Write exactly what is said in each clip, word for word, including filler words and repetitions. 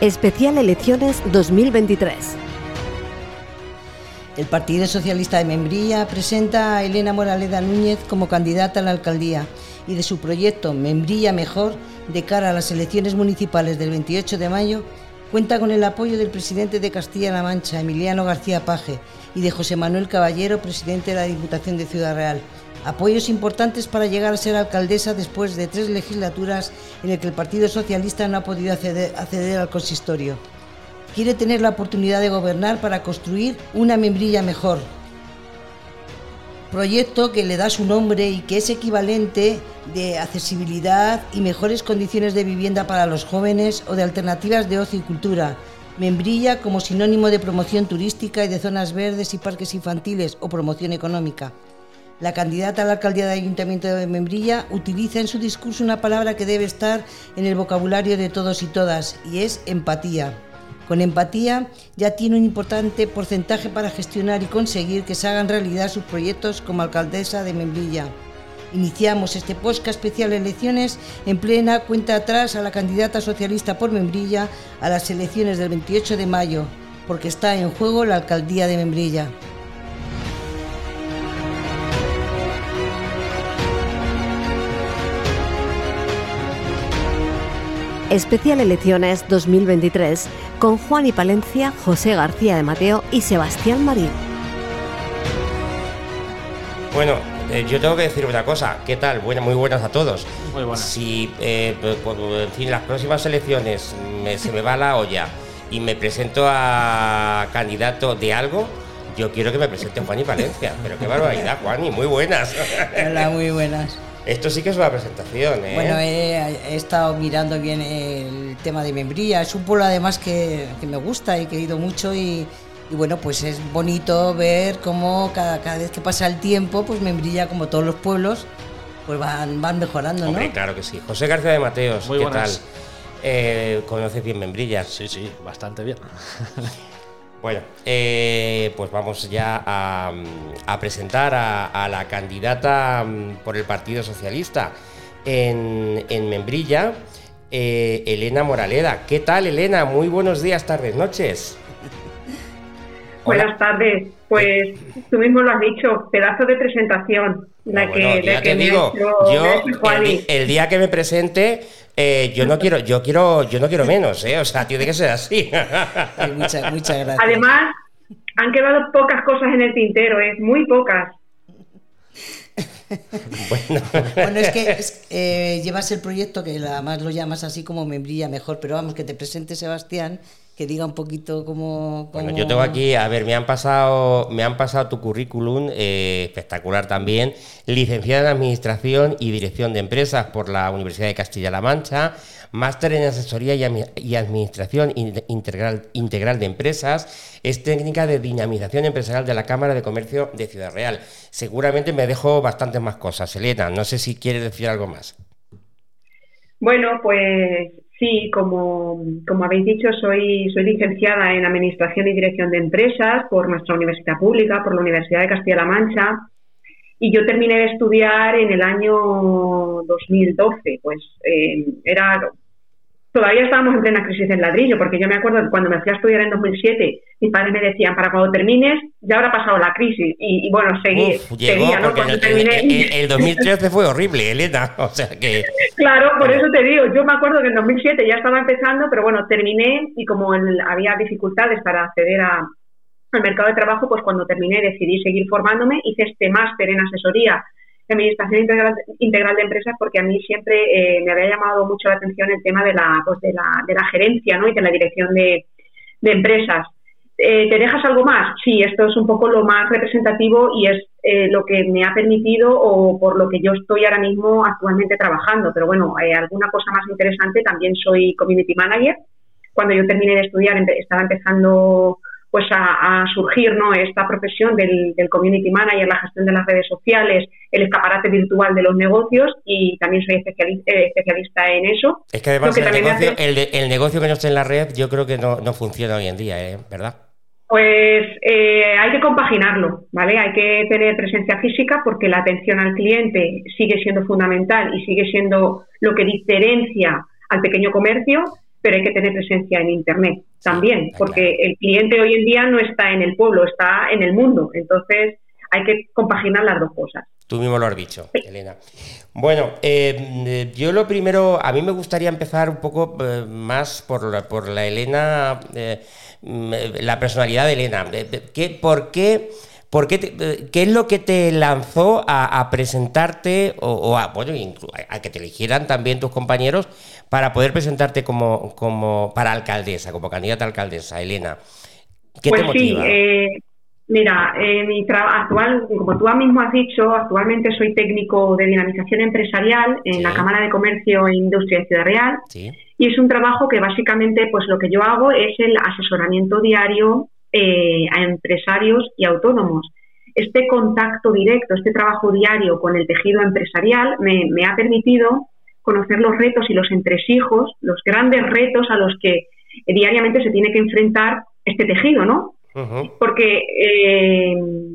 Especial Elecciones dos mil veintitrés. El Partido Socialista de Membrilla presenta a Elena Moraleda Núñez como candidata a la alcaldía y de su proyecto Membrilla Mejor de cara a las elecciones municipales del veintiocho de mayo cuenta con el apoyo del presidente de Castilla-La Mancha, Emiliano García Paje, y de José Manuel Caballero, presidente de la Diputación de Ciudad Real. Apoyos importantes para llegar a ser alcaldesa después de tres legislaturas en el que el Partido Socialista no ha podido acceder, acceder al consistorio. Quiere tener la oportunidad de gobernar para construir una Membrilla mejor. Proyecto que le da su nombre y que es equivalente de accesibilidad y mejores condiciones de vivienda para los jóvenes o de alternativas de ocio y cultura. Membrilla como sinónimo de promoción turística y de zonas verdes y parques infantiles o promoción económica. La candidata a la alcaldía del Ayuntamiento de Membrilla utiliza en su discurso una palabra que debe estar en el vocabulario de todos y todas, y es empatía. Con empatía ya tiene un importante porcentaje para gestionar y conseguir que se hagan realidad sus proyectos como alcaldesa de Membrilla. Iniciamos este podcast especial Elecciones en plena cuenta atrás a la candidata socialista por Membrilla a las elecciones del veintiocho de mayo, porque está en juego la alcaldía de Membrilla. Especial Elecciones dos mil veintitrés con Juan y Palencia, José García de Mateo y Sebastián Marín. Bueno, eh, yo tengo que decir una cosa. ¿Qué tal? Bueno, muy buenas a todos. Muy buenas. Si, eh, pues, en fin, las próximas elecciones me, se me va la olla y me presento a candidato de algo, yo quiero que me presente Juan y Palencia. Pero qué barbaridad, Juan, y muy buenas. Hola, muy buenas. Esto sí que es una presentación, ¿eh? Bueno, he, he estado mirando bien el tema de Membrilla. Es un pueblo además que, que me gusta y que he ido mucho y, y bueno, pues es bonito ver cómo cada, cada vez que pasa el tiempo, pues Membrilla, como todos los pueblos, pues van, van mejorando, ¿no? Hombre, claro que sí. José García de Mateos, Muy ¿qué buenas. tal? Eh, ¿Conoces bien Membrilla? Sí, sí, bastante bien. Bueno, eh, pues vamos ya a, a presentar a, a la candidata por el Partido Socialista en, en Membrilla, eh, Elena Moraleda. ¿Qué tal, Elena? Muy buenos días, tardes, noches. Buenas Hola. tardes. Pues tú mismo lo has dicho, pedazo de presentación. La No, que, bueno, la ya que te me digo, ha hecho- yo me ha hecho el, Juani. di- el día que me presente, eh, yo no quiero, yo quiero, yo no quiero menos, ¿eh? O sea, tiene que ser así. Sí, muchas, muchas gracias. Además, han quedado pocas cosas en el tintero, ¿eh? Muy pocas. Bueno, Bueno, es que es- eh, llevas el proyecto que además lo llamas así como Membrilla Mejor, pero vamos, que te presente Sebastián, que diga un poquito cómo... cómo... Bueno, yo tengo aquí, a ver, me han pasado, me han pasado tu currículum, eh, espectacular también, licenciada en Administración y Dirección de Empresas por la Universidad de Castilla-La Mancha, máster en Asesoría y, Ami- y Administración in- integral, integral de Empresas, es técnica de dinamización empresarial de la Cámara de Comercio de Ciudad Real. Seguramente me dejo bastantes más cosas. Elena, no sé si quieres decir algo más. Bueno, pues sí, como, como habéis dicho, soy, soy licenciada en Administración y Dirección de Empresas por nuestra universidad pública, por la Universidad de Castilla-La Mancha, y yo terminé de estudiar en el año dos mil doce, pues eh, era... Todavía estábamos en plena crisis del ladrillo, porque yo me acuerdo que cuando me fui a estudiar en dos mil siete, mis padres me decían, para cuando termines, ya habrá pasado la crisis. Y, y bueno, seguí, Uf, llegó, seguía, ¿no? porque Cuando el, terminé... el- el- el dos mil trece fue horrible, Elena, o sea que... Claro, por eso te digo, yo me acuerdo que en dos mil siete ya estaba empezando, pero bueno, terminé y como el- había dificultades para acceder a, al mercado de trabajo, pues cuando terminé decidí seguir formándome, hice este máster en asesoría de Administración Integral, Integral de Empresas, porque a mí siempre eh, me había llamado mucho la atención el tema de la, pues de la, de la gerencia, ¿no? Y de la dirección de, de empresas. Eh, ¿Te dejas algo más? Sí, esto es un poco lo más representativo y es eh, lo que me ha permitido o por lo que yo estoy ahora mismo actualmente trabajando. Pero bueno, eh, alguna cosa más interesante, también soy Community Manager. Cuando yo terminé de estudiar empe- estaba empezando pues a, a surgir, ¿no? Esta profesión del, del Community Manager, la gestión de las redes sociales, el escaparate virtual de los negocios, y también soy especiali- eh, especialista en eso. Es que además Lo que el también me negocio, hace- el, de- el negocio que no esté en la red, yo creo que no, no funciona hoy en día, ¿eh? ¿Verdad? Pues eh, hay que compaginarlo, ¿vale? Hay que tener presencia física porque la atención al cliente sigue siendo fundamental y sigue siendo lo que diferencia al pequeño comercio, pero hay que tener presencia en Internet también, sí, porque claro. el cliente hoy en día no está en el pueblo, está en el mundo. Entonces hay que compaginar las dos cosas. Tú mismo lo has dicho, sí. Elena. Bueno, eh, yo lo primero, a mí me gustaría empezar un poco eh, más por la, por la Elena, eh, la personalidad de Elena. ¿Qué, ¿Por qué? ¿Por qué, te, ¿Qué es lo que te lanzó a, a presentarte o, o a, bueno, a que te eligieran también tus compañeros para poder presentarte como, como para alcaldesa, como candidata a alcaldesa, Elena? ¿Qué pues te motiva? Sí, eh, mira, eh, mi trabajo actual, como tú mismo has dicho, actualmente soy técnico de dinamización empresarial en sí. la Cámara de Comercio e Industria de Ciudad Real, sí. y es un trabajo que básicamente, pues lo que yo hago es el asesoramiento diario Eh, a empresarios y autónomos. Este contacto directo, este trabajo diario con el tejido empresarial me, me ha permitido conocer los retos y los entresijos, los grandes retos a los que eh, diariamente se tiene que enfrentar este tejido, ¿no? Uh-huh. Porque eh,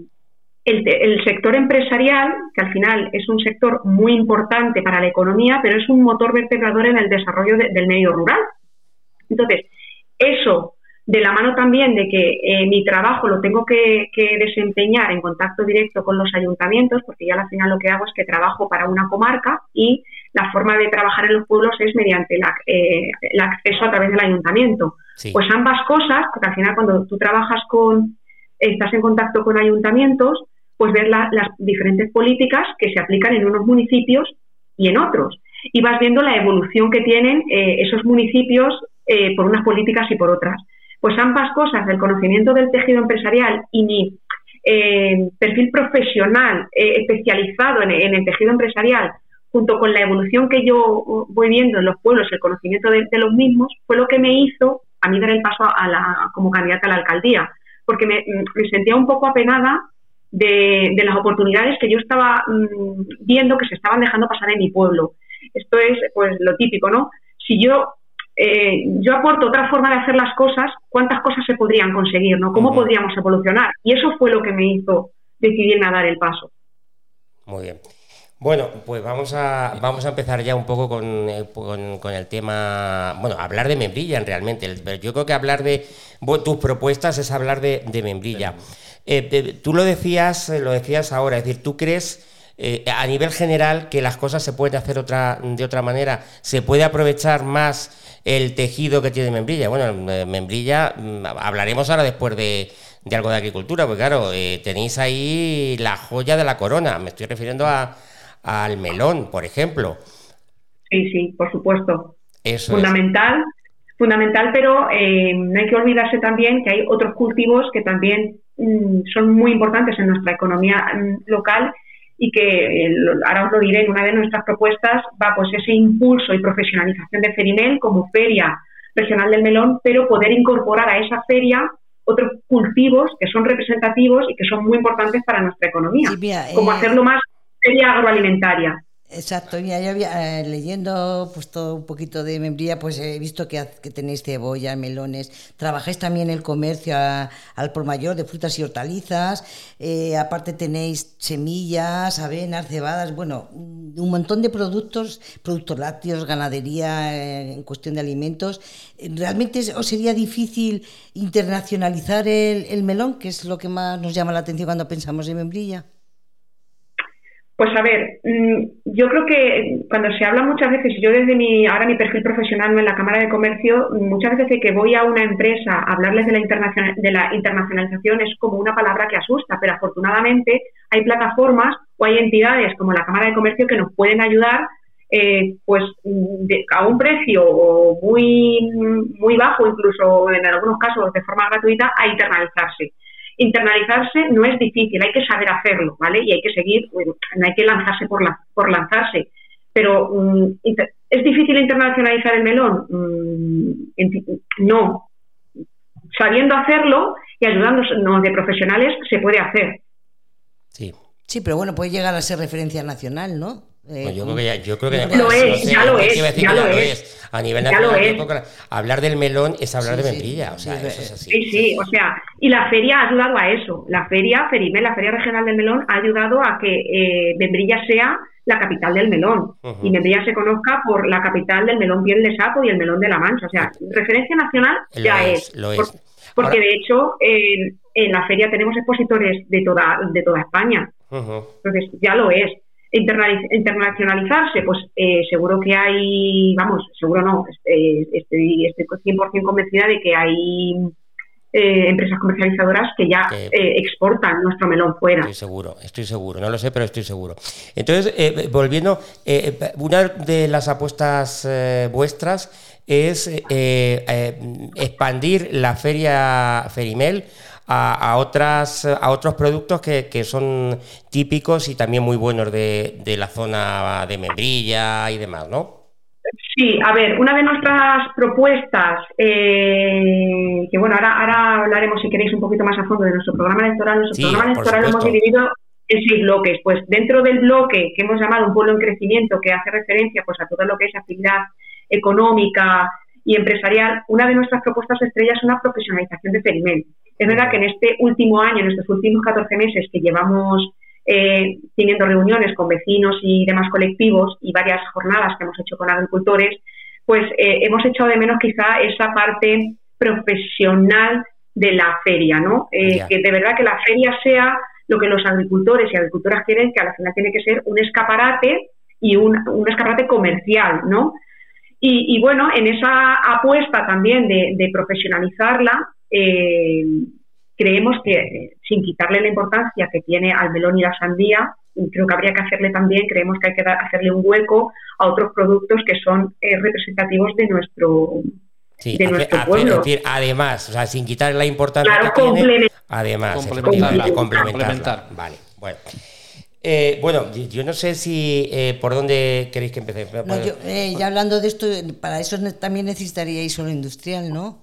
el, el sector empresarial, que al final es un sector muy importante para la economía, pero es un motor vertebrador en el desarrollo de, del medio rural. Entonces, eso de la mano también de que eh, mi trabajo lo tengo que, que desempeñar en contacto directo con los ayuntamientos, porque ya al final lo que hago es que trabajo para una comarca y la forma de trabajar en los pueblos es mediante la, eh, el acceso a través del ayuntamiento. Sí. Pues ambas cosas, porque al final cuando tú trabajas con, estás en contacto con ayuntamientos, pues ver la, las diferentes políticas que se aplican en unos municipios y en otros. Y vas viendo la evolución que tienen eh, esos municipios eh, por unas políticas y por otras. Pues ambas cosas, el conocimiento del tejido empresarial y mi eh, perfil profesional eh, especializado en, en el tejido empresarial, junto con la evolución que yo voy viendo en los pueblos, el conocimiento de, de los mismos, fue lo que me hizo a mí dar el paso a la, como candidata a la alcaldía, porque me, me sentía un poco apenada de, de las oportunidades que yo estaba mmm, viendo que se estaban dejando pasar en mi pueblo. Esto es pues lo típico, ¿no? Si yo Eh, yo aporto otra forma de hacer las cosas, ¿cuántas cosas se podrían conseguir? ¿No? ¿Cómo uh-huh. podríamos evolucionar? Y eso fue lo que me hizo decidirme a dar el paso. Muy bien. Bueno, pues vamos a vamos a empezar ya un poco con, con, con el tema, bueno, hablar de Membrilla realmente. Yo creo que hablar de bueno, tus propuestas es hablar de, de Membrilla. Eh, de, tú lo decías, lo decías ahora, es decir, ¿tú crees eh, a nivel general que las cosas se pueden hacer otra de otra manera? ¿Se puede aprovechar más el tejido que tiene Membrilla? Bueno, Membrilla, hablaremos ahora después de, de algo de agricultura, porque claro, eh, tenéis ahí la joya de la corona, me estoy refiriendo a, al melón, por ejemplo. Sí, sí, por supuesto. Eso fundamental, es. fundamental, pero eh, no hay que olvidarse también que hay otros cultivos que también mmm, son muy importantes en nuestra economía mmm, local, y que eh, ahora os lo diré, en una de nuestras propuestas va pues ese impulso y profesionalización de Ferimel como feria regional del melón, pero poder incorporar a esa feria otros cultivos que son representativos y que son muy importantes para nuestra economía, sí, mira, como eh... hacerlo más feria agroalimentaria. Exacto, mira, yo había, eh, leyendo pues todo un poquito de Membrilla, pues he visto que, que tenéis cebolla, melones, trabajáis también el comercio a, al por mayor de frutas y hortalizas, eh, aparte tenéis semillas, avenas, cebadas, bueno, un montón de productos, productos lácteos, ganadería eh, en cuestión de alimentos. ¿Realmente os sería difícil internacionalizar el, el melón, que es lo que más nos llama la atención cuando pensamos en Membrilla? Pues a ver, yo creo que cuando se habla muchas veces, yo desde mi ahora mi perfil profesional no en la Cámara de Comercio, muchas veces que voy a una empresa a hablarles de la, internacional, de la internacionalización es como una palabra que asusta, pero afortunadamente hay plataformas o hay entidades como la Cámara de Comercio que nos pueden ayudar eh, pues de, a un precio muy, muy bajo, incluso en algunos casos de forma gratuita, a internalizarse. Internalizarse no es difícil, hay que saber hacerlo, ¿vale? Y hay que seguir, bueno, no hay que lanzarse por, la, por lanzarse. Pero, um, inter, ¿es difícil internacionalizar el melón? Um, no. Sabiendo hacerlo y ayudándonos de profesionales, se puede hacer. Sí. Sí, pero bueno, puede llegar a ser referencia nacional, ¿no? Eh, pues yo creo que ya, yo creo que ya, lo es, ya lo es, ya, ya lo es. es. A nivel nacional, yo creo que hablar del melón es hablar sí, de Membrilla, sí, o sea, sí, eso es así. Sí, sí, o sea, y la feria ha ayudado a eso. La feria, Ferimel, la Feria Regional del Melón, ha ayudado a que eh, Membrilla sea la capital del melón. Uh-huh. Y Membrilla se conozca por la capital del melón piel de sapo y el melón de la Mancha. O sea, referencia nacional lo ya es. es. Lo por, es. Porque Ahora... de hecho, eh, en la feria tenemos expositores de toda, de toda España. Uh-huh. Entonces, ya lo es. Internaliz- internacionalizarse, pues eh, seguro que hay, vamos, seguro no, eh, estoy, estoy cien por ciento convencida de que hay eh, empresas comercializadoras que ya que, eh, exportan nuestro melón fuera. Estoy seguro, estoy seguro, no lo sé, pero estoy seguro. Entonces, eh, volviendo, eh, una de las apuestas eh, vuestras es eh, eh, expandir la feria Ferimel A, a otras a otros productos que, que son típicos y también muy buenos de, de la zona de Membrilla y demás, ¿no? Sí, a ver, una de nuestras propuestas, eh, que bueno, ahora, ahora hablaremos si queréis un poquito más a fondo de nuestro programa electoral. Nuestro sí, programa electoral lo hemos dividido en seis bloques. Pues dentro del bloque que hemos llamado un pueblo en crecimiento, que hace referencia pues a todo lo que es actividad económica y empresarial, una de nuestras propuestas estrella es una profesionalización de Ferimel. Es verdad que en este último año, en estos últimos catorce meses que llevamos eh, teniendo reuniones con vecinos y demás colectivos y varias jornadas que hemos hecho con agricultores, pues eh, hemos echado de menos quizá esa parte profesional de la feria, ¿no? Eh, yeah. Que de verdad que la feria sea lo que los agricultores y agricultoras quieren, que al final tiene que ser un escaparate y un, un escaparate comercial, ¿no? Y, y bueno, en esa apuesta también de, de profesionalizarla, eh, creemos que, eh, sin quitarle la importancia que tiene al melón y la sandía, creo que habría que hacerle también, creemos que hay que dar, hacerle un hueco a otros productos que son eh, representativos de nuestro, sí, de hace, nuestro hace, pueblo. Es decir, además, o sea, sin quitarle la importancia claro, que complement- tiene, además, complementarla, complementar. Vale, bueno. Eh, bueno, yo no sé si eh, por dónde queréis que empecé. No, yo, eh, ya hablando de esto, para eso también necesitaríais suelo industrial, ¿no?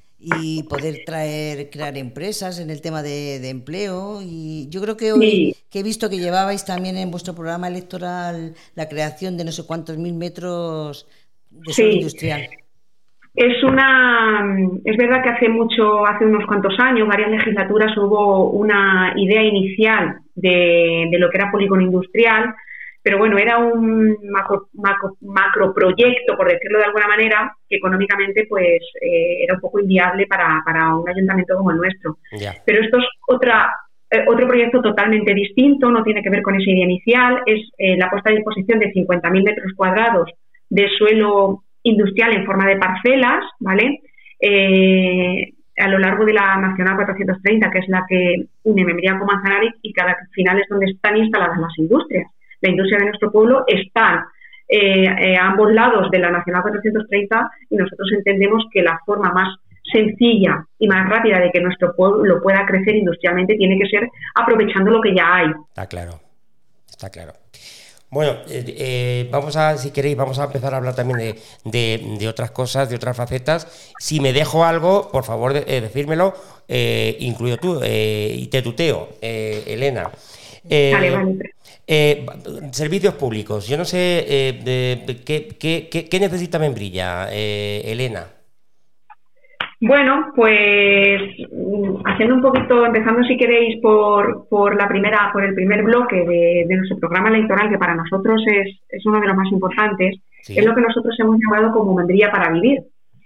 Y poder traer, crear empresas en el tema de, de empleo. Y yo creo que hoy sí. que he visto que llevabais también en vuestro programa electoral la creación de no sé cuántos mil metros de suelo sí. industrial. Es una, es verdad que hace mucho, hace unos cuantos años, varias legislaturas, hubo una idea inicial de, de lo que era polígono industrial, pero bueno, era un macro, macro, macroproyecto, por decirlo de alguna manera, que económicamente pues eh, era un poco inviable para, para un ayuntamiento como el nuestro. Yeah. Pero esto es otra, eh, otro proyecto totalmente distinto, no tiene que ver con esa idea inicial, es eh, la puesta a disposición de cincuenta mil metros cuadrados de suelo industrial en forma de parcelas, ¿vale? Eh, a lo largo de la Nacional cuatrocientos treinta, que es la que une Membrilla con Manzanares, y que al final es donde están instaladas las industrias. La industria de nuestro pueblo está eh, eh, a ambos lados de la Nacional cuatrocientos treinta y nosotros entendemos que la forma más sencilla y más rápida de que nuestro pueblo pueda crecer industrialmente tiene que ser aprovechando lo que ya hay. Está claro, está claro. Bueno, eh, eh, vamos a, si queréis, vamos a empezar a hablar también de, de, de otras cosas, de otras facetas. Si me dejo algo, por favor, de, eh, decírmelo, eh, incluido tú, eh, y te tuteo, eh, Elena. Eh, vale, vale. Eh, servicios públicos. Yo no sé eh, de, de, ¿qué, qué, qué, qué necesita Membrilla, eh, Elena. Bueno, pues haciendo un poquito, empezando si queréis por, por la primera, por el primer bloque de, de nuestro programa electoral, que para nosotros es, es uno de los más importantes, sí. Es lo que nosotros hemos llamado como Membrilla para vivir.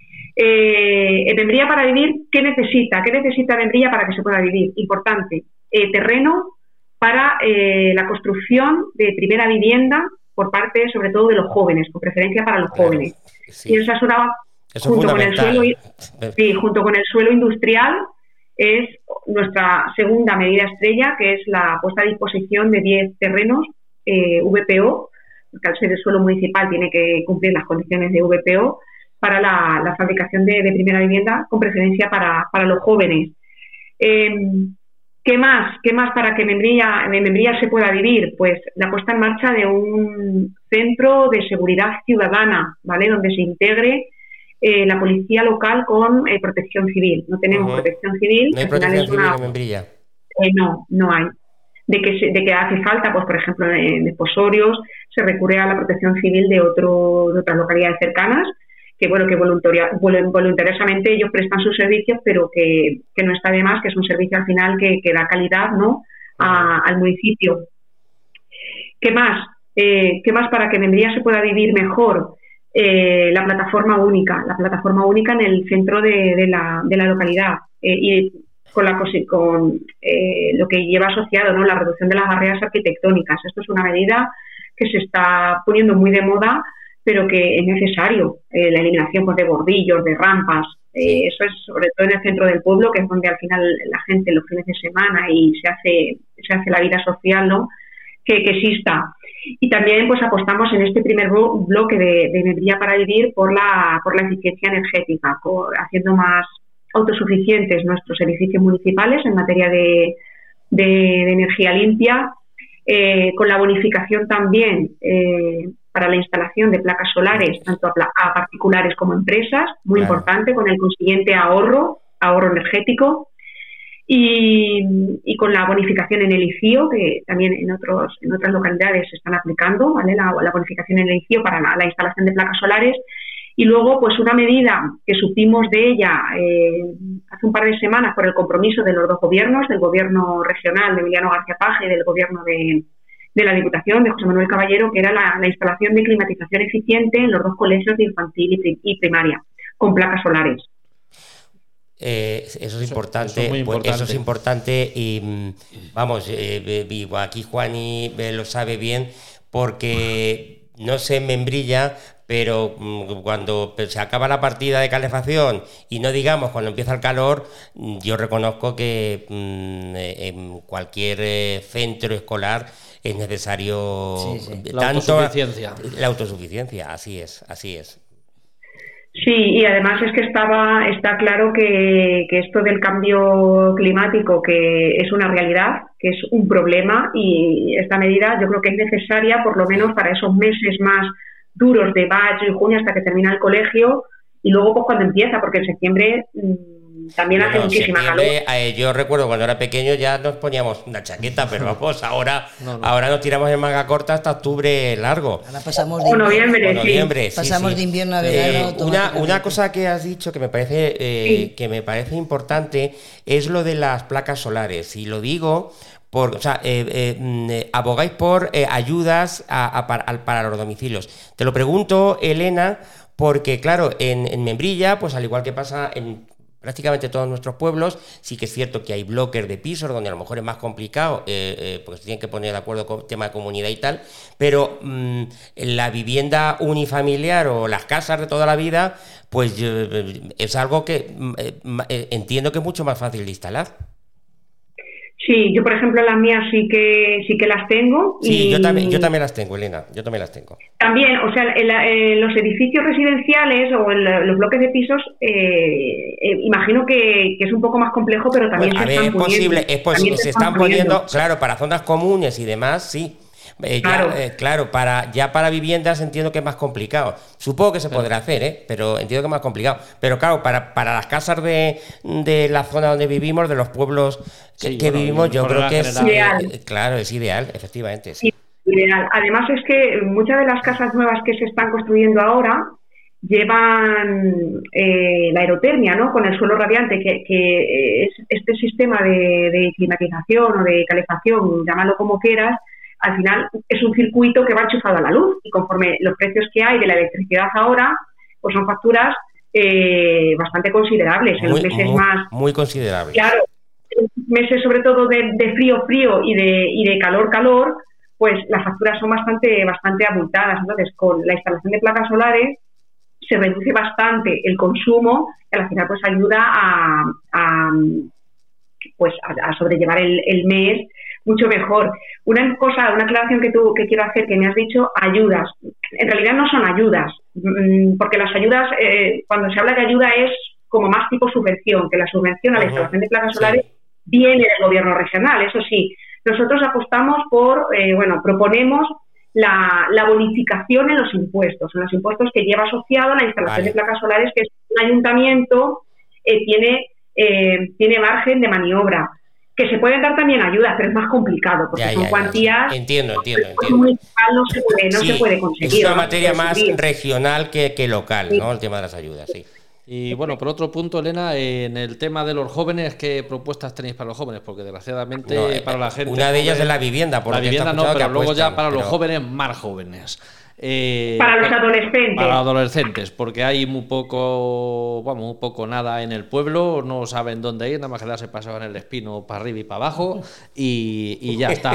Eh, Membrilla para vivir, ¿qué necesita? ¿Qué necesita Membrilla para que se pueda vivir? Importante, eh, terreno para eh, la construcción de primera vivienda por parte, sobre todo, de los jóvenes, con preferencia para los claro, jóvenes. Sí. Y esa es una... Eso junto con el suelo, sí, junto con el suelo industrial es nuestra segunda medida estrella, que es la puesta a disposición de diez terrenos eh, V P O, porque al ser el suelo municipal tiene que cumplir las condiciones de V P O para la, la fabricación de, de primera vivienda, con preferencia para, para los jóvenes. Eh, ¿Qué más? ¿Qué más para que Membrilla, en Membrilla se pueda vivir? Pues la puesta en marcha de un centro de seguridad ciudadana, ¿vale? Donde se integre Eh, la policía local con eh, protección civil. No tenemos uh-huh. protección civil. ¿No hay protección civil una... en Membrilla? Eh, no, no hay. De que, se, de que hace falta, pues por ejemplo, en desposorios se recurre a la protección civil de, otro, de otras localidades cercanas, que bueno, que voluntaria, voluntariosamente ellos prestan sus servicios, pero que, que no está de más, que es un servicio al final que, que da calidad, ¿no? A, uh-huh. al municipio. ¿Qué más? eh, ¿qué más para que Membría se pueda vivir mejor? Eh, la plataforma única, la plataforma única en el centro de, de, la, de la localidad eh, y con, la, con eh, lo que lleva asociado, ¿no? La reducción de las barreras arquitectónicas. Esto es una medida que se está poniendo muy de moda, pero que es necesario. Eh, la eliminación, pues, de bordillos, de rampas, eh, eso es sobre todo en el centro del pueblo, que es donde al final la gente los fines de semana y se hace, se hace la vida social, ¿no? Que, que exista. Y también, pues, apostamos en este primer bloque de, de Membría para Vivir por la, por la eficiencia energética, por haciendo más autosuficientes nuestros edificios municipales en materia de, de, de energía limpia, eh, con la bonificación también eh, para la instalación de placas solares, tanto a, a particulares como a empresas, muy claro. importante, con el consiguiente ahorro, ahorro energético, y, y con la bonificación en el I C I O, que también en otros en otras localidades se están aplicando, ¿vale? La, la bonificación en el I C I O para la, la instalación de placas solares. Y luego, pues, una medida que supimos de ella eh, hace un par de semanas por el compromiso de los dos gobiernos, del gobierno regional de Emiliano García Paje y del gobierno de, de la Diputación de José Manuel Caballero, que era la, la instalación de climatización eficiente en los dos colegios de infantil y, pri, y primaria, con placas solares. Eh, eso es importante, eso, eso, es importante. Pues eso es importante y vamos, eh, vivo aquí Juani lo sabe bien, porque no sé en Membrilla, pero cuando se acaba la partida de calefacción y no digamos cuando empieza el calor, yo reconozco que en cualquier centro escolar es necesario sí, sí. tanto la autosuficiencia. La autosuficiencia, así es, así es. Sí, y además es que estaba está claro que, que esto del cambio climático, que es una realidad, que es un problema, y esta medida yo creo que es necesaria por lo menos para esos meses más duros de mayo y junio hasta que termina el colegio, y luego pues cuando empieza, porque en septiembre mmm, también bueno, hace muchísima calor. Eh, yo recuerdo cuando era pequeño ya nos poníamos una chaqueta, pero vamos, ahora no, no. ahora nos tiramos en manga corta hasta octubre largo. Ahora pasamos de o noviembre, o noviembre sí. sí, pasamos sí. de invierno a verano. Eh, una, una cosa que has dicho que me parece eh, sí. que me parece importante es lo de las placas solares, y lo digo Por, o sea, eh, eh, abogáis por eh, ayudas a, a, para, a, para los domicilios. Te lo pregunto, Elena, porque claro, en, en Membrilla, pues al igual que pasa en prácticamente todos nuestros pueblos, sí que es cierto que hay bloques de pisos donde a lo mejor es más complicado, eh, eh, porque se tienen que poner de acuerdo con el tema de comunidad y tal, pero mmm, la vivienda unifamiliar o las casas de toda la vida, pues eh, es algo que eh, entiendo que es mucho más fácil de instalar. Sí, yo por ejemplo las mías sí que sí que las tengo. Sí, y yo también, yo también las tengo, Elena, yo también las tengo. También, o sea, en, la, en los edificios residenciales o en la, los bloques de pisos, eh, eh, imagino que, que es un poco más complejo, pero también bueno, se a ver, están es posible, poniendo, es posible, se, se están poniendo, poniendo, claro, para zonas comunes y demás, sí. Eh, claro, ya, eh, claro para, ya para viviendas entiendo que es más complicado. Supongo que se podrá hacer, ¿eh? Pero entiendo que es más complicado. Pero claro, para, para las casas de, de la zona donde vivimos, de los pueblos que, sí, que bueno, vivimos, yo creo que es ideal. Eh, claro, es ideal, efectivamente. Sí. Ideal. Además es que muchas de las casas nuevas que se están construyendo ahora llevan eh, la aerotermia, ¿no? Con el suelo radiante, que, que es este sistema de, de climatización o de calefacción, llámalo como quieras. Al final es un circuito que va enchufado a la luz, y conforme los precios que hay de la electricidad ahora, pues son facturas eh, bastante considerables. En muy, los meses muy, más... Muy considerables. Claro, meses sobre todo de, de frío, frío y de, y de calor, calor, pues las facturas son bastante, bastante abultadas. Entonces, con la instalación de placas solares se reduce bastante el consumo, y al final pues ayuda a, a, pues, a, a sobrellevar el, el mes mucho mejor. Una cosa, una aclaración que tú que quiero hacer, que me has dicho ayudas. En realidad no son ayudas, porque las ayudas, eh, cuando se habla de ayuda es como más tipo subvención, que la subvención a la instalación de placas solares sí. viene del gobierno regional, eso sí. Nosotros apostamos por, eh, bueno, proponemos la, la bonificación en los impuestos, en los impuestos que lleva asociado a la instalación vale. de placas solares, que un ayuntamiento eh, tiene, eh, tiene margen de maniobra. Que se pueden dar también ayudas, pero es más complicado, porque ya, son ya, cuantías... Ya. Entiendo, entiendo, entiendo. Municipal no se puede, no sí, se puede conseguir. Es una ¿no? materia más regional que, que local, sí. ¿no? El tema de las ayudas, sí. Y bueno, por otro punto, Elena, en el tema de los jóvenes, ¿qué propuestas tenéis para los jóvenes? Porque desgraciadamente no, eh, para la gente... Una de ellas joven, es la vivienda. Por la vivienda no, pero luego apuestan, ya para pero... los jóvenes más jóvenes. Eh, para los adolescentes. Para los adolescentes, porque hay muy poco, vamos, muy poco nada en el pueblo, no saben dónde ir, nada más que darse paseo en el Espino para arriba y para abajo y, y ya está.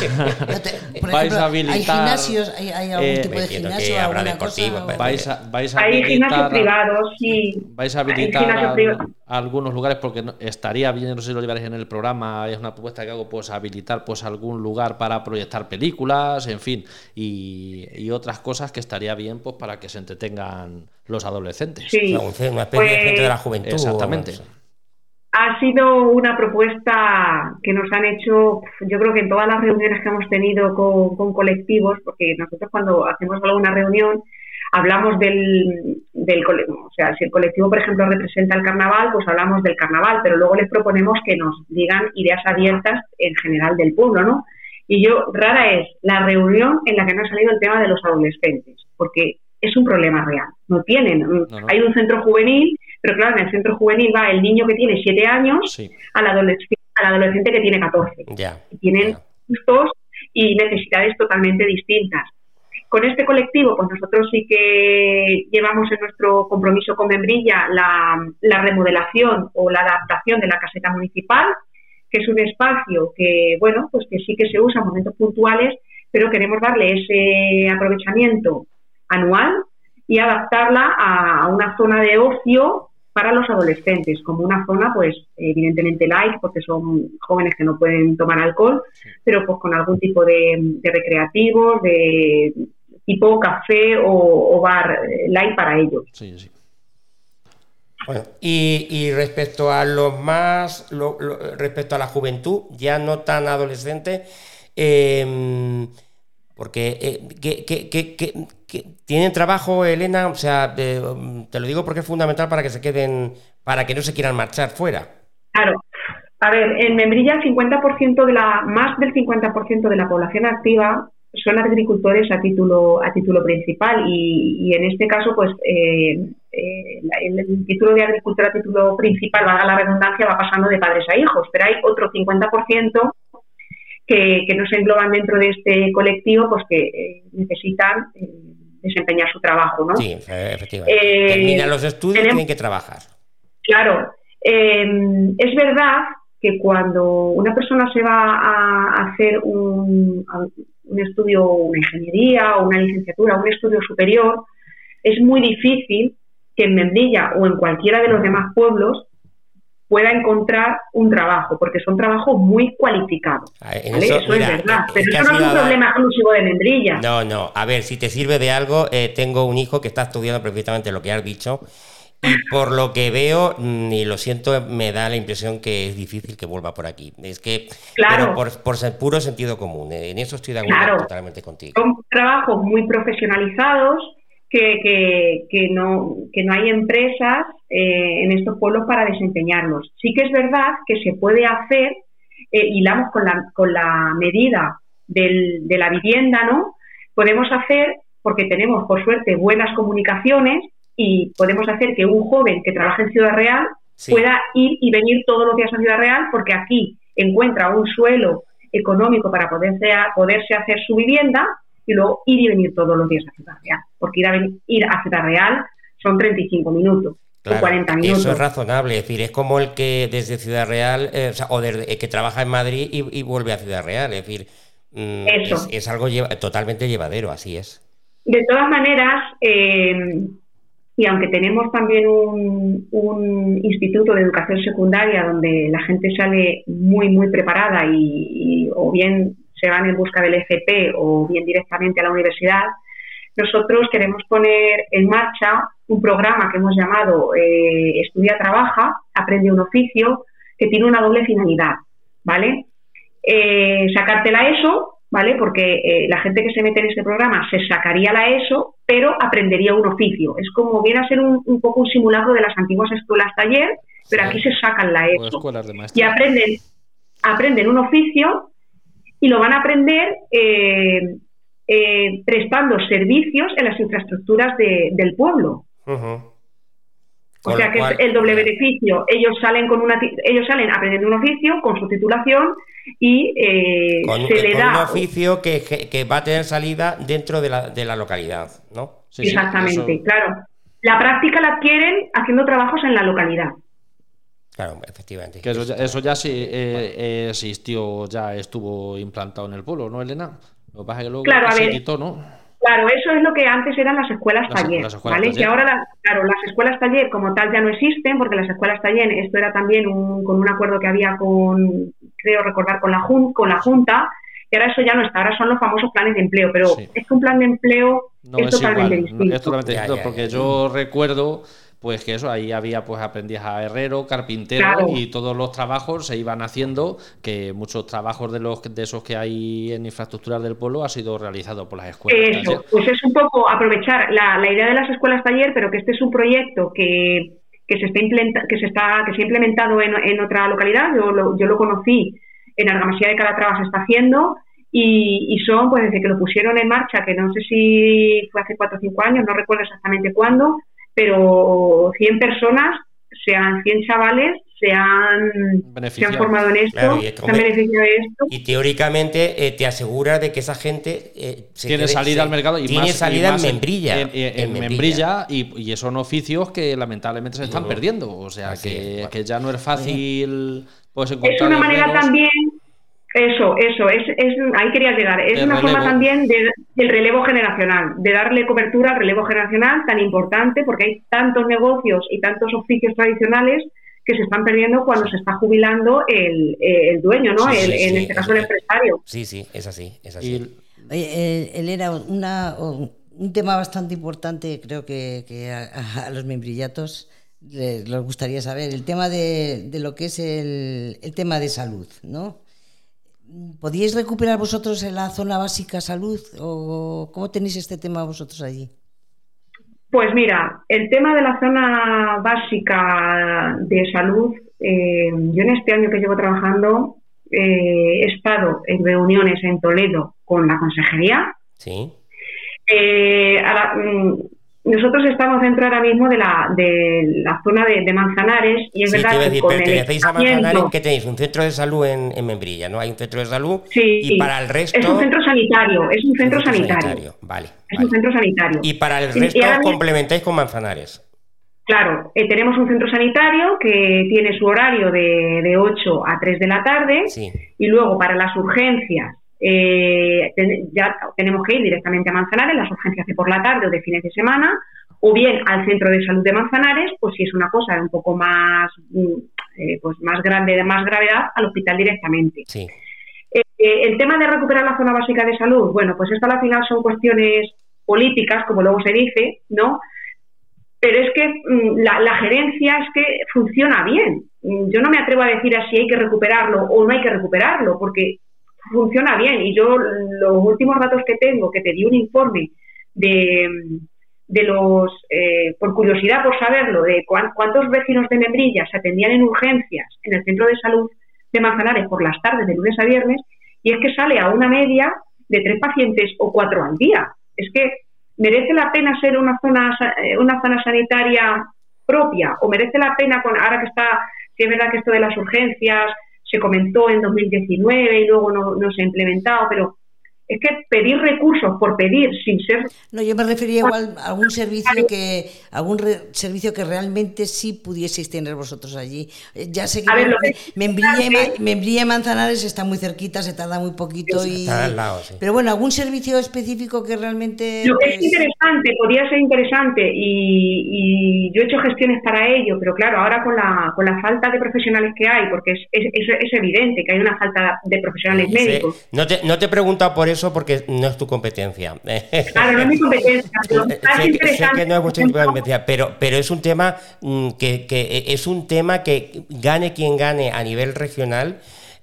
Por vais ejemplo, a habilitar, ¿hay gimnasios? ¿Hay, hay algún eh, tipo de gimnasio? Que habrá deportivo, vais a, vais a hay habilitar, gimnasios privados, sí. Vais a habilitar a, a algunos lugares, porque no, estaría bien, no sé si lo llevaréis en el programa, es una propuesta que hago, pues habilitar pues algún lugar para proyectar películas, en fin, y, y otras cosas que estaría bien pues para que se entretengan los adolescentes. Sí. Una especie pues, de gente de la juventud. Exactamente. Ha sido una propuesta que nos han hecho, yo creo que en todas las reuniones que hemos tenido con, con colectivos, porque nosotros cuando hacemos alguna reunión hablamos del, del colectivo, o sea, si el colectivo, por ejemplo, representa el carnaval, pues hablamos del carnaval, pero luego les proponemos que nos digan ideas abiertas en general del pueblo, ¿no? Y yo, rara es la reunión en la que no ha salido el tema de los adolescentes, porque es un problema real. No tienen. No, no. Hay un centro juvenil, pero claro, en el centro juvenil va el niño que tiene siete años sí. al, adolescente, al adolescente que tiene catorce. Yeah. Y tienen Yeah. gustos y necesidades totalmente distintas. Con este colectivo, pues nosotros sí que llevamos en nuestro compromiso con Membrilla la, la remodelación o la adaptación de la caseta municipal, que es un espacio que, bueno, pues que sí que se usa en momentos puntuales, pero queremos darle ese aprovechamiento anual y adaptarla a una zona de ocio para los adolescentes, como una zona, pues, evidentemente light, porque son jóvenes que no pueden tomar alcohol, pero pues con algún tipo de, de recreativos, de tipo café o, o bar light para ellos. Sí, sí. Bueno, y, y respecto a los más, lo, lo, respecto a la juventud, ya no tan adolescente, eh, porque eh, que, que, que, que, que tienen trabajo, Elena, o sea, eh, te lo digo porque es fundamental para que se queden, para que no se quieran marchar fuera. Claro. A ver, en Membrilla el cincuenta por ciento de la, más del cincuenta por ciento de la población activa son agricultores a título a título principal y, y en este caso pues eh, eh, el, el título de agricultor a título principal, valga la redundancia, va pasando de padres a hijos, pero hay otro cincuenta por ciento que, que no se engloban dentro de este colectivo, pues que eh, necesitan eh, desempeñar su trabajo, ¿no? Sí, efectivamente. Eh, Terminan los estudios y tienen que trabajar. Claro. Eh, es verdad que cuando una persona se va a hacer un, un estudio, una ingeniería o una licenciatura, un estudio superior, es muy difícil que en Membrilla o en cualquiera de los demás pueblos pueda encontrar un trabajo, porque son trabajos muy cualificados. ¿vale? Eso, eso mira, es verdad, pero eso no es un dado... problema exclusivo de Membrilla. No, no, a ver, si te sirve de algo, eh, tengo un hijo que está estudiando perfectamente lo que has dicho, y por lo que veo, y lo siento, me da la impresión que es difícil que vuelva por aquí. Es que, claro. pero por, por ser puro sentido común, en eso estoy de acuerdo claro. totalmente contigo. Son trabajos muy profesionalizados, que, que, que, no, que no hay empresas eh, en estos pueblos para desempeñarlos. Sí que es verdad que se puede hacer, eh, hilamos con la, con la medida del, de la vivienda, ¿no? Podemos hacer, porque tenemos, por suerte, buenas comunicaciones, y podemos hacer que un joven que trabaja en Ciudad Real sí. pueda ir y venir todos los días a Ciudad Real, porque aquí encuentra un suelo económico para poderse, poderse hacer su vivienda y luego ir y venir todos los días a Ciudad Real, porque ir a, ir a Ciudad Real son treinta y cinco minutos claro, o cuarenta minutos. Eso es razonable, es decir, es como el que desde Ciudad Real, eh, o, sea, o desde, el que trabaja en Madrid y, y vuelve a Ciudad Real, es decir, mmm, es, es algo lleva, totalmente llevadero, así es. De todas maneras, eh, y aunque tenemos también un, un instituto de educación secundaria donde la gente sale muy, muy preparada y, y o bien se van en busca del F P o bien directamente a la universidad, nosotros queremos poner en marcha un programa que hemos llamado eh, Estudia, Trabaja, Aprende un Oficio, que tiene una doble finalidad, ¿vale? Eh, sacarte la ESO, ¿vale? Porque eh, la gente que se mete en este programa se sacaría la ESO, pero aprendería un oficio. Es como viene a ser un, un poco un simulacro de las antiguas escuelas taller, pero sí. Aquí se sacan la ESO y aprenden, aprenden un oficio y lo van a aprender eh, eh, prestando servicios en las infraestructuras de, del pueblo. Uh-huh. O sea que cual, es el doble beneficio. Ellos salen con una, ellos salen aprendiendo un oficio con su titulación y eh, con, se le con da un oficio que, que va a tener salida dentro de la, de la localidad, ¿no? Sí, exactamente, sí, eso... claro. La práctica la adquieren haciendo trabajos en la localidad. Claro, efectivamente. Que eso ya, eso ya sí eh, existió, ya estuvo implantado en el pueblo, ¿no, Elena? Lo que pasa es que luego claro, se ver, quitó, ¿no? Claro, eso es lo que antes eran las escuelas las, taller, las escuelas ¿vale? Taller. Y ahora, las, claro, las escuelas taller como tal ya no existen, porque las escuelas taller, esto era también un, con un acuerdo que había con, creo recordar, con la, jun, con la Junta, y ahora eso ya no está, ahora son los famosos planes de empleo, pero sí. Es que un plan de empleo no es, es totalmente igual, distinto. No, es totalmente distinto, ya, ya, porque ya. yo recuerdo... Pues que eso, ahí había pues aprendiz a herrero, carpintero claro. y todos los trabajos se iban haciendo, que muchos trabajos de los de esos que hay en infraestructuras del pueblo ha sido realizado por las escuelas eso, taller. Pues es un poco aprovechar la, la idea de las escuelas taller, pero que este es un proyecto que, que se está implementa, que se está que se ha implementado en, en otra localidad. Yo lo, yo lo conocí en Argamasía de Calatrava, se está haciendo. Y, y son, pues desde que lo pusieron en marcha, que no sé si fue hace cuatro o cinco años, no recuerdo exactamente cuándo, pero cien personas, sean cien chavales, se han, se han formado en esto, claro, se han beneficiado de esto. Y teóricamente eh, te asegura de que esa gente eh, se tiene quede, salida se, al mercado y tiene más, salida y más en membrilla. En, en, en, en membrilla y, y son oficios que lamentablemente se están uh-huh. perdiendo. O sea, que, es, bueno. que ya no es fácil pues, encontrar. Es una manera herreros. también. Eso, eso, es, es ahí quería llegar. Es el una relevo. forma también de, del relevo generacional, de darle cobertura al relevo generacional tan importante, porque hay tantos negocios y tantos oficios tradicionales que se están perdiendo cuando sí. se está jubilando el, el dueño, ¿no? Sí, el, sí, en sí, este caso el empresario. Sí, sí, es así, es así. Y, oye, Elena, una, un tema bastante importante, creo que, que a, a los membrillatos les, les gustaría saber, el tema de, de lo que es el, el tema de salud, ¿no? ¿Podíais recuperar vosotros en la zona básica salud o cómo tenéis este tema vosotros allí? Pues mira, el tema de la zona básica de salud, eh, yo en este año que llevo trabajando eh, he estado en reuniones en Toledo con la consejería. Sí. Eh, a la, nosotros estamos dentro ahora mismo de la de la zona de, de Manzanares y es sí, verdad que decir, con pertenecéis a Manzanares, que tenéis un centro de salud en, en Membrilla, ¿no? Hay un centro de salud sí, y para el resto... Es un centro sanitario, es un centro, un centro sanitario. sanitario. Vale, es vale. un centro sanitario. Y para el resto y complementáis con Manzanares. Claro, eh, tenemos un centro sanitario que tiene su horario de, de ocho a tres de la tarde sí. y luego para las urgencias eh, ten, ya tenemos que ir directamente a Manzanares, las urgencias de por la tarde o de fines de semana, o bien al centro de salud de Manzanares, pues si es una cosa un poco más eh, pues más grande, de más gravedad, al hospital directamente. Sí. Eh, eh, el tema de recuperar la zona básica de salud, bueno, pues esto al final son cuestiones políticas, como luego se dice, ¿no? Pero es que mm, la, la gerencia es que funciona bien. Yo no me atrevo a decir si hay que recuperarlo o no hay que recuperarlo, porque funciona bien. Y yo los últimos datos que tengo, que pedí un informe de... de los, eh, por curiosidad, por saberlo, de cu- cuántos vecinos de Membrilla se atendían en urgencias en el centro de salud de Manzanares por las tardes de lunes a viernes, y es que sale a una media de tres pacientes o cuatro al día. Es que merece la pena ser una zona una zona sanitaria propia, o merece la pena, con ahora que está, si es verdad que esto de las urgencias se comentó en dos mil diecinueve y luego no, no se ha implementado, pero es que pedir recursos por pedir sin ser... No, yo me refería igual a algún servicio que algún re, servicio que realmente sí pudieseis tener vosotros allí. Ya sé que, a ver, me, Membrilla, y, Membrilla y Manzanares está muy cerquita, se tarda muy poquito. Y, está al lado, sí. Pero bueno, algún servicio específico que realmente... Lo que pues... es interesante, podría ser interesante y, y yo he hecho gestiones para ello, pero claro, ahora con la con la falta de profesionales que hay, porque es, es, es, es evidente que hay una falta de profesionales sí, médicos. Sí. No te, no te he preguntado por eso porque no es tu competencia. Claro, no es mi competencia. Pero es sé, interesante. Sé que no es vuestra competencia, pero, pero es un tema que, que es un tema que gane quien gane a nivel regional.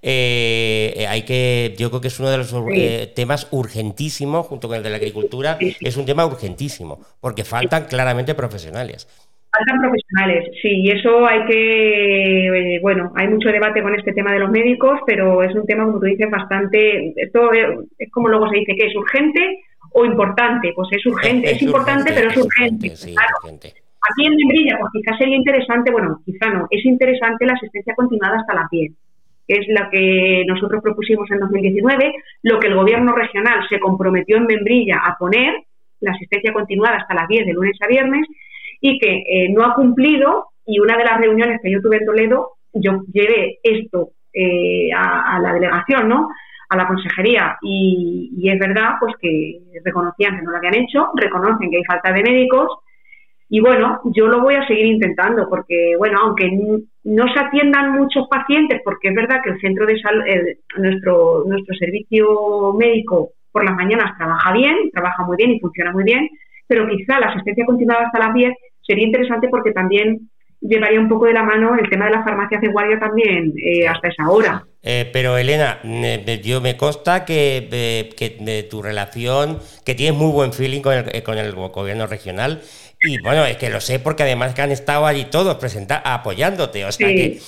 Eh, hay que, yo creo que es uno de los sí. eh, temas urgentísimos, junto con el de la agricultura, sí, sí. es un tema urgentísimo, porque faltan sí. claramente profesionales. Faltan profesionales, sí, y eso hay que, eh, bueno, hay mucho debate con este tema de los médicos, pero es un tema, como tú dices, bastante, esto es como luego se dice, que es urgente o importante, pues es urgente, es, es importante, urgente, pero es urgente, urgente sí, claro. urgente. aquí en Membrilla, pues quizás sería interesante, bueno, quizá no, es interesante la asistencia continuada hasta las diez, que es la que nosotros propusimos en dos mil diecinueve, lo que el gobierno regional se comprometió en Membrilla a poner, la asistencia continuada hasta las diez de lunes a viernes, y que eh, no ha cumplido, y una de las reuniones que yo tuve en Toledo, yo llevé esto eh, a, a la delegación, ¿no?, a la consejería, y, y es verdad pues que reconocían que no lo habían hecho, reconocen que hay falta de médicos, y bueno, yo lo voy a seguir intentando, porque bueno, aunque no se atiendan muchos pacientes, porque es verdad que el centro de salud, el, nuestro, nuestro servicio médico por las mañanas trabaja bien, trabaja muy bien y funciona muy bien, pero quizá la asistencia continuada hasta las diez sería interesante porque también llevaría un poco de la mano el tema de las farmacias de guardia también eh, hasta esa hora. Eh, pero Elena, eh, yo me consta que, eh, que de tu relación, que tienes muy buen feeling con el, con el gobierno regional, y bueno, es que lo sé porque además que han estado allí todos presenta apoyándote, o sea sí. que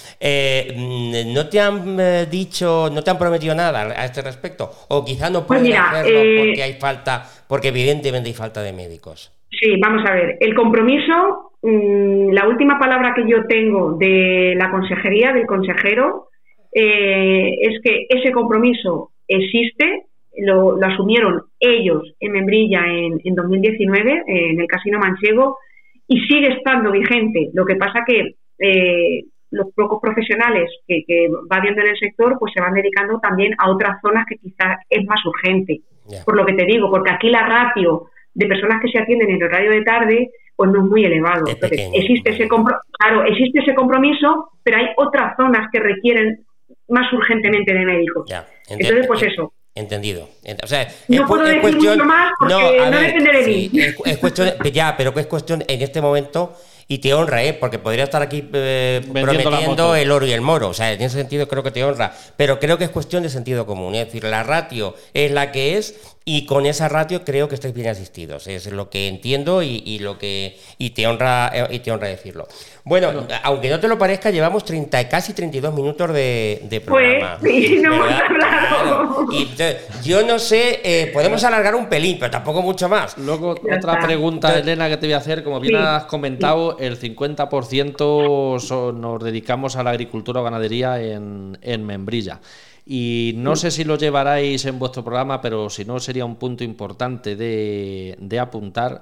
eh, no te han eh, dicho, no te han prometido nada a este respecto, o quizá no pueden pues mira, hacerlo eh... porque hay falta, porque evidentemente hay falta de médicos. Sí, vamos a ver, el compromiso, mmm, la última palabra que yo tengo de la consejería, del consejero, eh, es que ese compromiso existe, lo, lo asumieron ellos en Membrilla en, en dos mil diecinueve, eh, en el Casino Manchego, y sigue estando vigente. Lo que pasa que eh, los pocos profesionales que, que va viendo en el sector, pues se van dedicando también a otras zonas que quizás es más urgente. Yeah. Por lo que te digo, porque aquí la ratio de personas que se atienden en horario de tarde, pues no es muy elevado. Es Entonces, existe ese compro- claro, existe ese compromiso, pero hay otras zonas que requieren más urgentemente de médicos. Ya, ent- Entonces, pues eso. Entendido. O sea, no es, puedo es decir cuestión, mucho más porque no, no ver, depende de sí, mí. Es, es cuestión, ya, pero que es cuestión en este momento, y te honra, ¿eh? Porque podría estar aquí eh, prometiendo el oro y el moro. O sea, en ese sentido creo que te honra. Pero creo que es cuestión de sentido común. Es decir, la ratio es la que es, y con esa ratio creo que estáis bien asistidos. Es lo que entiendo y, y lo que y te honra y te honra decirlo. Bueno, no. aunque no te lo parezca, llevamos treinta, casi treinta y dos minutos de, de programa. Pues sí, no hemos hablado. Claro. Y entonces, yo no sé, eh, podemos alargar un pelín, pero tampoco mucho más. Luego, ya otra está. pregunta, entonces, Elena, que te voy a hacer. Como bien sí, has comentado, sí. el cincuenta por ciento son, nos dedicamos a la agricultura o ganadería en, en Membrilla. Y no sé si lo llevaráis en vuestro programa, pero si no sería un punto importante de, de apuntar,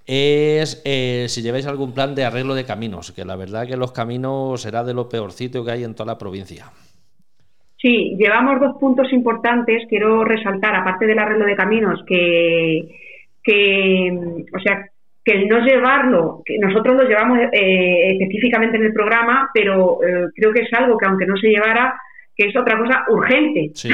es eh, si lleváis algún plan de arreglo de caminos, que la verdad que los caminos será de lo peorcito que hay en toda la provincia. Sí, llevamos dos puntos importantes, quiero resaltar, aparte del arreglo de caminos, que, que o sea, que el no llevarlo, que nosotros lo llevamos eh, específicamente en el programa, pero eh, creo que es algo que aunque no se llevara, que es otra cosa urgente, sí,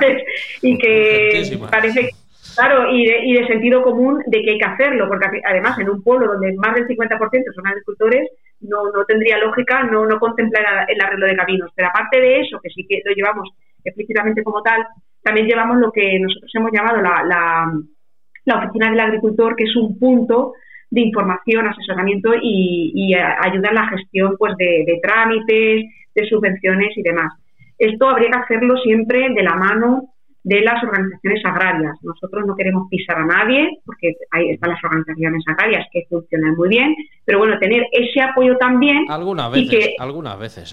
sí. y que parece, claro, y de, y de sentido común de que hay que hacerlo, porque además en un pueblo donde más del cincuenta por ciento son agricultores, no, no tendría lógica no, no contemplar el arreglo de caminos. Pero aparte de eso, que sí que lo llevamos explícitamente como tal, también llevamos lo que nosotros hemos llamado la, la, la oficina del agricultor, que es un punto de información, asesoramiento y, y ayuda en la gestión pues de, de trámites, de subvenciones y demás. Esto habría que hacerlo siempre de la mano de las organizaciones agrarias. Nosotros no queremos pisar a nadie, porque ahí están las organizaciones agrarias que funcionan muy bien, pero bueno, tener ese apoyo también. Algunas veces, y que, algunas veces.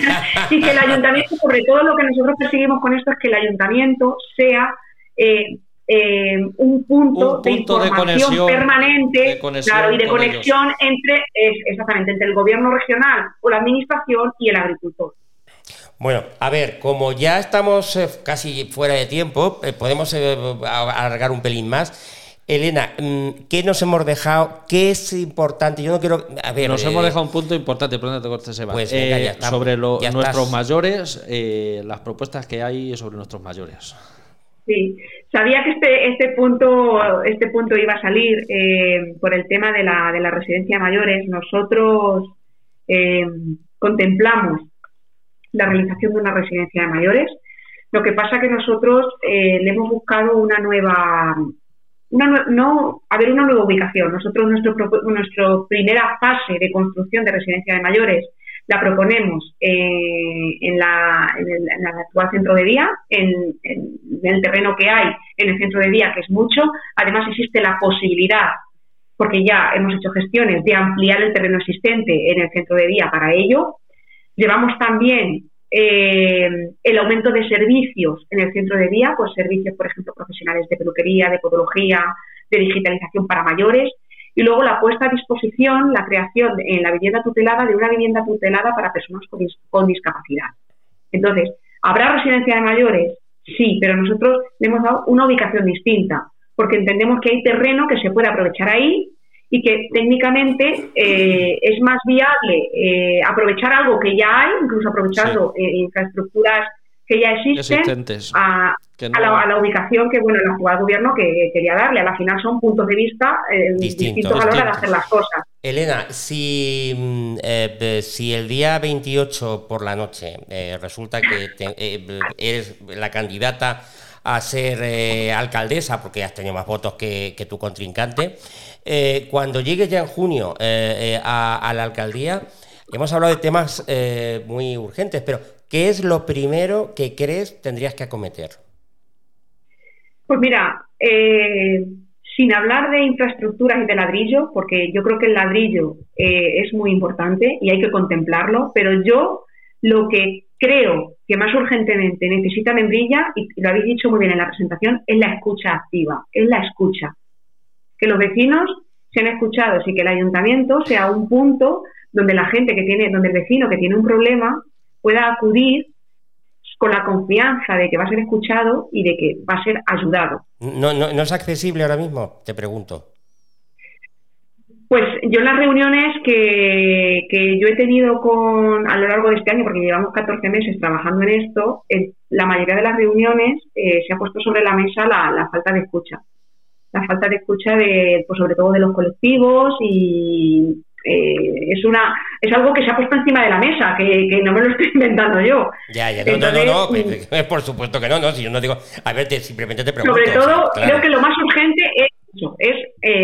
y que el ayuntamiento, sobre todo lo que nosotros perseguimos con esto es que el ayuntamiento sea eh, eh, un punto, un punto de información de conexión, permanente de conexión claro, y de conexión ellos. entre, es, exactamente, entre el gobierno regional o la administración y el agricultor. Bueno, a ver, como ya estamos eh, casi fuera de tiempo, eh, podemos eh, alargar un pelín más. Elena, ¿qué nos hemos dejado? ¿Qué es importante? Yo no quiero... A ver, nos eh, hemos dejado un punto importante, perdón, te cortes, Seba. Pues venga, eh, ya está, sobre lo, ya nuestros estás. mayores, eh, las propuestas que hay sobre nuestros mayores. Sí, sabía que este este punto este punto iba a salir eh, por el tema de la de la residencia de mayores. Nosotros eh, contemplamos la realización de una residencia de mayores. Lo que pasa que nosotros eh, le hemos buscado una nueva, una, no, a ver, una nueva ubicación. Nosotros nuestro nuestra primera fase de construcción de residencia de mayores la proponemos eh, en, la, en, el, en el actual centro de día, en, en, en el terreno que hay en el centro de día, que es mucho. Además existe la posibilidad porque ya hemos hecho gestiones de ampliar el terreno existente en el centro de día para ello. Llevamos también eh, el aumento de servicios en el centro de día, pues servicios, por ejemplo, profesionales de peluquería, de podología, de digitalización para mayores, y luego la puesta a disposición, la creación en la vivienda tutelada de una vivienda tutelada para personas con, dis con discapacidad. Entonces, ¿habrá residencia de mayores? Sí, pero nosotros le hemos dado una ubicación distinta, porque entendemos que hay terreno que se puede aprovechar ahí y que técnicamente eh, es más viable eh, aprovechar algo que ya hay, incluso aprovechando sí. eh, infraestructuras que ya existen, a, que no... a, la, a la ubicación que bueno el actual gobierno que quería darle. A la final son puntos de vista eh, Distinto, distintos a la hora de hacer las cosas. Elena, si, eh, si el día veintiocho por la noche eh, resulta que te, eh, eres la candidata a ser eh, alcaldesa, porque has tenido más votos que, que tu contrincante, eh, cuando llegues ya en junio eh, eh, a, a la alcaldía, hemos hablado de temas eh, muy urgentes, pero ¿qué es lo primero que crees tendrías que acometer? Pues mira, eh, sin hablar de infraestructuras y de ladrillo, porque yo creo que el ladrillo eh, es muy importante y hay que contemplarlo, pero yo lo que creo que más urgentemente necesita Membrilla, y lo habéis dicho muy bien en la presentación, es la escucha activa, es la escucha. Que los vecinos sean escuchados y que el ayuntamiento sea un punto donde la gente que tiene, donde el vecino que tiene un problema pueda acudir con la confianza de que va a ser escuchado y de que va a ser ayudado. ¿No, no, no es accesible ahora mismo? Te pregunto. Pues yo en las reuniones que, que yo he tenido con a lo largo de este año, porque llevamos catorce meses trabajando en esto, en la mayoría de las reuniones eh, se ha puesto sobre la mesa la, la falta de escucha. La falta de escucha de, pues sobre todo de los colectivos y eh, es una es algo que se ha puesto encima de la mesa, que, que no me lo estoy inventando yo. Ya, ya, no, Entonces, no, no, no, por supuesto que no, no, si yo no digo, a ver, te, simplemente te pregunto. Sobre todo, o sea, claro. Creo que lo más urgente es eso, es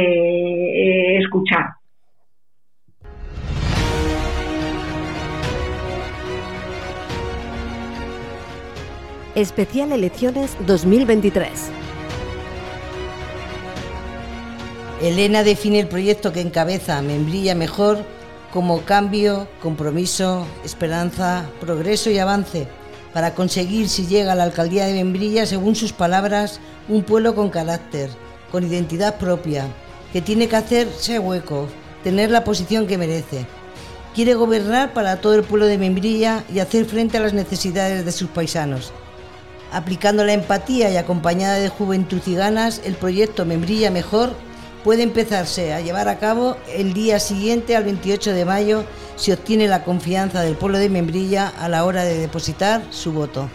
eh, escuchar. Especial Elecciones dos mil veintitrés. Elena define el proyecto que encabeza Membrilla Mejor como cambio, compromiso, esperanza, progreso y avance para conseguir, si llega a la alcaldía de Membrilla, según sus palabras, un pueblo con carácter, con identidad propia, que tiene que hacerse hueco, tener la posición que merece. Quiere gobernar para todo el pueblo de Membrilla y hacer frente a las necesidades de sus paisanos. Aplicando la empatía y acompañada de juventud y ganas, el proyecto Membrilla Mejor puede empezarse a llevar a cabo el día siguiente al veintiocho de mayo si obtiene la confianza del pueblo de Membrilla a la hora de depositar su voto.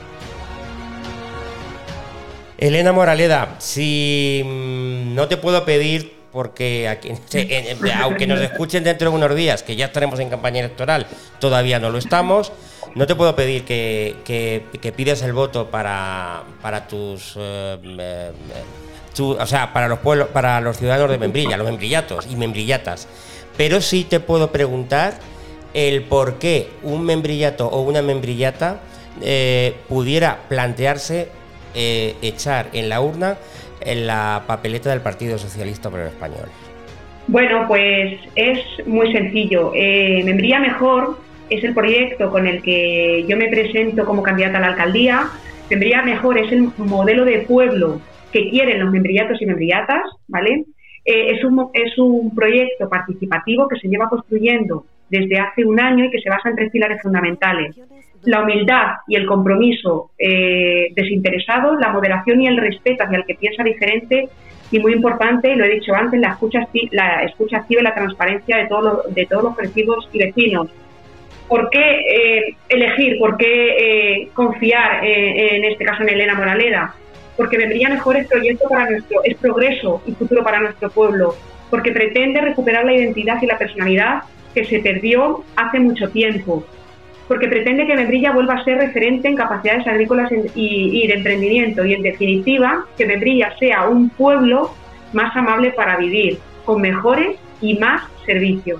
Elena Moraleda, si no te puedo pedir, porque aquí, aunque nos escuchen dentro de unos días, que ya estaremos en campaña electoral, todavía no lo estamos, no te puedo pedir que, que, que pidas el voto para, para tus... Eh, eh, Tu, o sea, para los pueblos, para los ciudadanos de Membrilla, los membrillatos y membrillatas. Pero sí te puedo preguntar el por qué un membrillato o una membrillata eh, pudiera plantearse eh, echar en la urna en la papeleta del Partido Socialista Obrero Español. Bueno, pues es muy sencillo. Eh, Membrilla Mejor es el proyecto con el que yo me presento como candidata a la alcaldía. Membrilla Mejor es el modelo de pueblo que quieren los membrillatos y membrillatas, ¿vale? Eh, es, un, es un proyecto participativo que se lleva construyendo desde hace un año y que se basa en tres pilares fundamentales: la humildad y el compromiso eh, desinteresado, la moderación y el respeto hacia el que piensa diferente y, muy importante, lo he dicho antes, la escucha, la escucha activa y la transparencia de, todo lo, de todos los colectivos y vecinos. ¿Por qué eh, elegir, por qué eh, confiar eh, en este caso en Elena Moraleda? Porque Membrilla Mejor es proyecto para nuestro, es progreso y futuro para nuestro pueblo, porque pretende recuperar la identidad y la personalidad que se perdió hace mucho tiempo, porque pretende que Membrilla vuelva a ser referente en capacidades agrícolas y, y de emprendimiento, y en definitiva que Membrilla sea un pueblo más amable para vivir, con mejores y más servicios.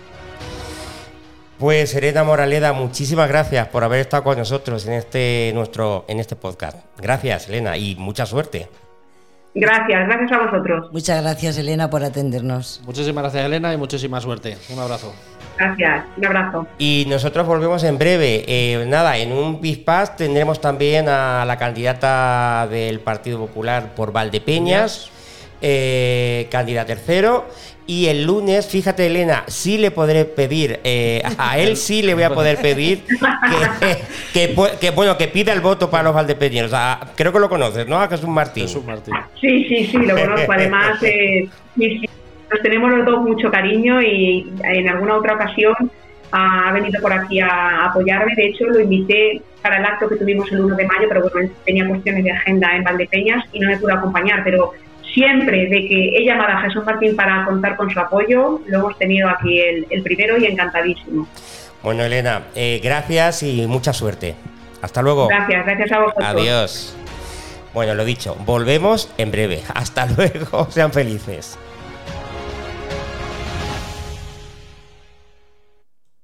Pues Elena Moraleda, muchísimas gracias por haber estado con nosotros en este nuestro en este podcast. Gracias, Elena, y mucha suerte. Gracias, gracias a vosotros. Muchas gracias, Elena, por atendernos. Muchísimas gracias, Elena, y muchísima suerte. Un abrazo. Gracias, un abrazo. Y nosotros volvemos en breve. Eh, nada, en un Pispás tendremos también a la candidata del Partido Popular por Valdepeñas, eh, candidata tercero. Y el lunes, fíjate, Elena, sí le podré pedir, eh, a él sí le voy a poder pedir que, que, que, que, bueno, que pida el voto para los valdepeñeros. O sea, creo que lo conoces, ¿no? A Jesús Martín. Jesús Martín. Sí, sí, sí, lo conozco. Además, eh, sí, sí, nos tenemos los dos mucho cariño y en alguna otra ocasión ha venido por aquí a apoyarme. De hecho, lo invité para el acto que tuvimos el uno de mayo, pero bueno, tenía cuestiones de agenda en Valdepeñas y no me pudo acompañar, pero siempre de que he llamado a Jesús Martín para contar con su apoyo, lo hemos tenido aquí el, el primero y encantadísimo. Bueno, Elena, eh, gracias y mucha suerte. Hasta luego. Gracias, gracias a vosotros. Adiós. Bueno, lo dicho, volvemos en breve. Hasta luego, sean felices.